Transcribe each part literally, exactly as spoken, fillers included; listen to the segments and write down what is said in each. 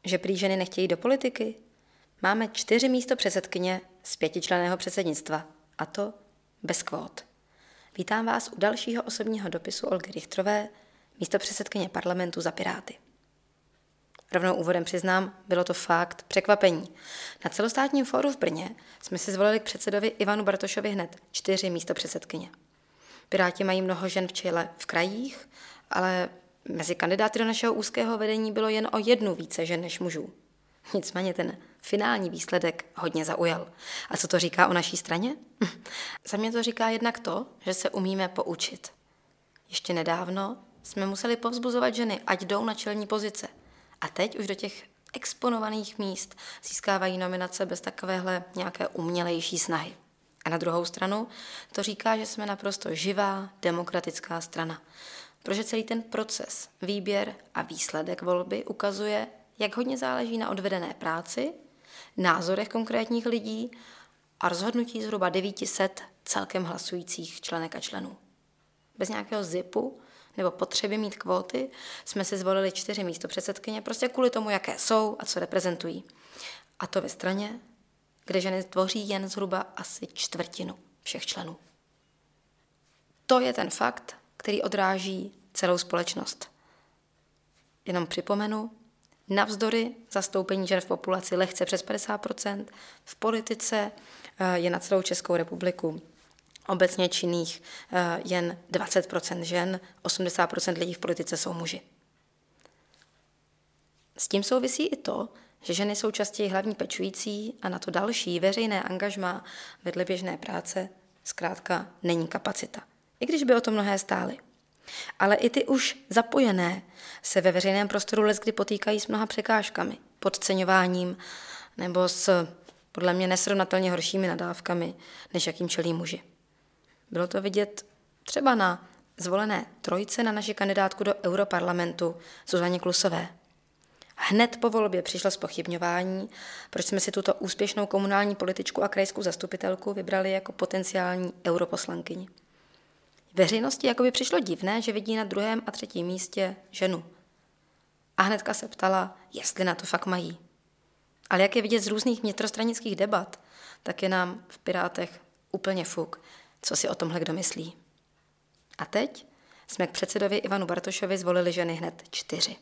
že prý ženy nechtějí do politiky? Máme čtyři místopředsedkyně z pětičlenného předsednictva, a to bez kvót. Vítám vás u dalšího osobního dopisu Olgy Richterové, místopředsedkyně parlamentu za Piráty. Rovnou úvodem přiznám, bylo to fakt překvapení. Na celostátním fóru v Brně jsme si zvolili k předsedovi Ivanu Bartošovi hned čtyři místopředsedkyně. Piráti mají mnoho žen v čele v krajích, ale mezi kandidáty do našeho úzkého vedení bylo jen o jednu více žen než mužů. Nicméně ten finální výsledek hodně zaujal. A co to říká o naší straně? Za mě to říká jednak to, že se umíme poučit. Ještě nedávno jsme museli povzbuzovat ženy, ať jdou na čelní pozice. A teď už do těch exponovaných míst získávají nominace bez takovéhle nějaké umělejší snahy. A na druhou stranu to říká, že jsme naprosto živá, demokratická strana. Protože celý ten proces, výběr a výsledek volby ukazuje, jak hodně záleží na odvedené práci, názorech konkrétních lidí a rozhodnutí zhruba devět set celkem hlasujících členek a členů. Bez nějakého zipu nebo potřeby mít kvóty jsme si zvolili čtyři místopředsedkyně prostě kvůli tomu, jaké jsou a co reprezentují. A to ve straně, kde ženy tvoří jen zhruba asi čtvrtinu všech členů. To je ten fakt, který odráží celou společnost. Jenom připomenu, navzdory zastoupení žen v populaci lehce přes padesát procent, v politice je na celou Českou republiku obecně činných jen dvacet procent žen, osmdesát procent lidí v politice jsou muži. S tím souvisí i to, že ženy jsou častěji hlavní pečující a na to další veřejné angažmá vedle běžné práce zkrátka není kapacita. I když by o to mnohé stály. Ale i ty už zapojené se ve veřejném prostoru leckdy potýkají s mnoha překážkami, podceňováním nebo s podle mě nesrovnatelně horšími nadávkami, než jakým čelí muži. Bylo to vidět třeba na zvolené trojce na naši kandidátku do Europarlamentu Zuzaně Klusové. Hned po volbě přišlo zpochybňování, proč jsme si tuto úspěšnou komunální političku a krajskou zastupitelku vybrali jako potenciální europoslankyni. Veřejnosti jakoby přišlo divné, že vidí na druhém a třetím místě ženu. A hnedka se ptala, jestli na to fakt mají. Ale jak je vidět z různých vnitrostranických debat, tak je nám v Pirátech úplně fuk, co si o tomhle kdo myslí. A teď jsme k předsedovi Ivanu Bartošovi zvolili ženy hned čtyři.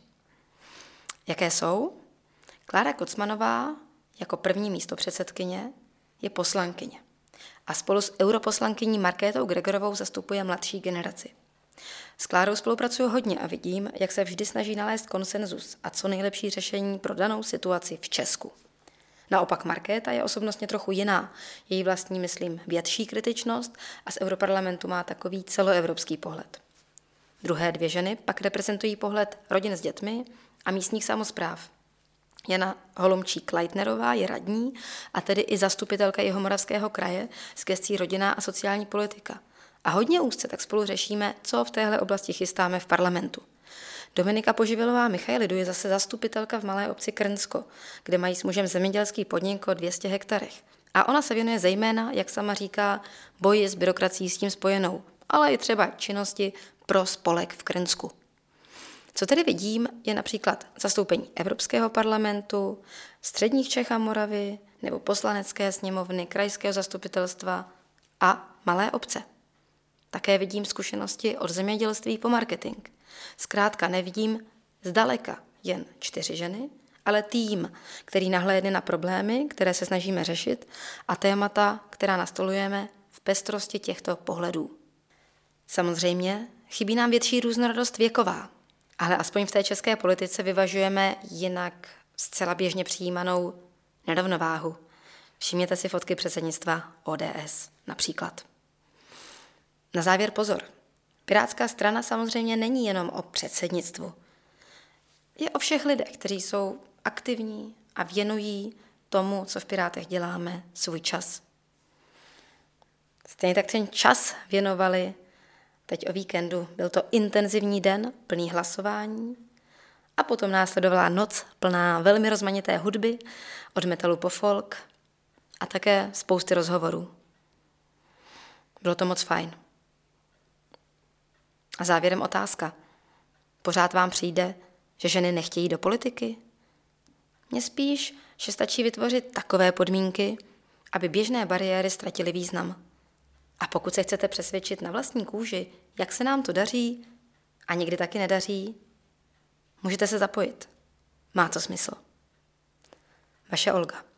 Jaké jsou? Klára Kocmanová jako první místopředsedkyně je poslankyně a spolu s europoslankyní Markétou Gregorovou zastupuje mladší generaci. S Klárou spolupracuju hodně a vidím, jak se vždy snaží nalézt konsenzus a co nejlepší řešení pro danou situaci v Česku. Naopak Markéta je osobnostně trochu jiná. Její vlastní, myslím, větší kritičnost a z europarlamentu má takový celoevropský pohled. Druhé dvě ženy pak reprezentují pohled rodin s dětmi a místních samospráv. Jana Holomčík-Leitnerová je radní a tedy i zastupitelka Jihomoravského kraje s gescí rodina a sociální politika. A hodně úzce tak spolu řešíme, co v téhle oblasti chystáme v parlamentu. Dominika Poživilová Michailidu je zase zastupitelka v malé obci Krnsko, kde mají s mužem zemědělský podnik o dvě stě hektarech. A ona se věnuje zejména, jak sama říká, boji s byrokracií s tím spojenou, ale i třeba činnosti pro spolek v Krnsku. Co tedy vidím, je například zastoupení Evropského parlamentu, středních Čech a Moravy nebo poslanecké sněmovny, krajského zastupitelstva a malé obce. Také vidím zkušenosti od zemědělství po marketing. Zkrátka nevidím zdaleka jen čtyři ženy, ale tým, který nahlédne na problémy, které se snažíme řešit a témata, která nastolujeme v pestrosti těchto pohledů. Samozřejmě chybí nám větší různorodost věková, ale aspoň v té české politice vyvažujeme jinak zcela běžně přijímanou nerovnováhu. Všimněte si fotky předsednictva O D S například. Na závěr pozor. Pirátská strana samozřejmě není jenom o předsednictvu. Je o všech lidech, kteří jsou aktivní a věnují tomu, co v Pirátech děláme, svůj čas. Stejně tak ten čas věnovali teď o víkendu. Byl to intenzivní den, plný hlasování a potom následovala noc plná velmi rozmanité hudby, od metalu po folk a také spousty rozhovorů. Bylo to moc fajn. A závěrem otázka. Pořád vám přijde, že ženy nechtějí do politiky? Mně spíš, že stačí vytvořit takové podmínky, aby běžné bariéry ztratily význam. A pokud se chcete přesvědčit na vlastní kůži, jak se nám to daří a někdy taky nedaří, můžete se zapojit. Má to smysl. Vaše Olga.